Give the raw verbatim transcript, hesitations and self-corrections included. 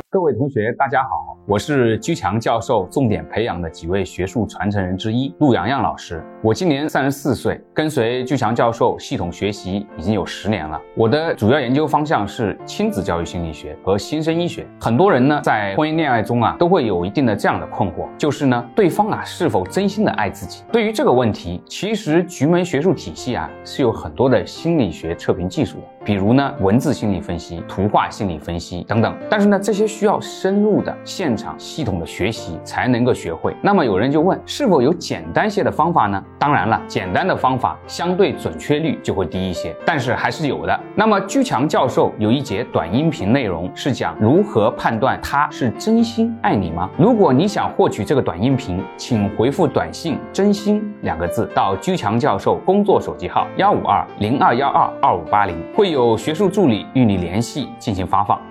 各位同学，大家好，我是居强教授重点培养的几位学术传承人之一陆洋洋老师。我今年三十四岁，跟随居强教授系统学习已经有十年了。我的主要研究方向是亲子教育心理学和新生医学。很多人呢在婚姻恋爱中啊都会有一定的这样的困惑，就是呢对方啊是否真心的爱自己。对于这个问题，其实局门学术体系啊是有很多的心理学测评技术的，比如呢文字心理分析、图画心理分析等等。但是呢这些需要深入的现场系统的学习才能够学会。那么有人就问，是否有简单些的方法呢？当然了，简单的方法相对准确率就会低一些，但是还是有的。那么居强教授有一节短音频内容是讲如何判断他是真心爱你吗？如果你想获取这个短音频，请回复短信真心两个字到居强教授工作手机号幺五二零二幺二二五八零，会有学术助理与你联系进行发放。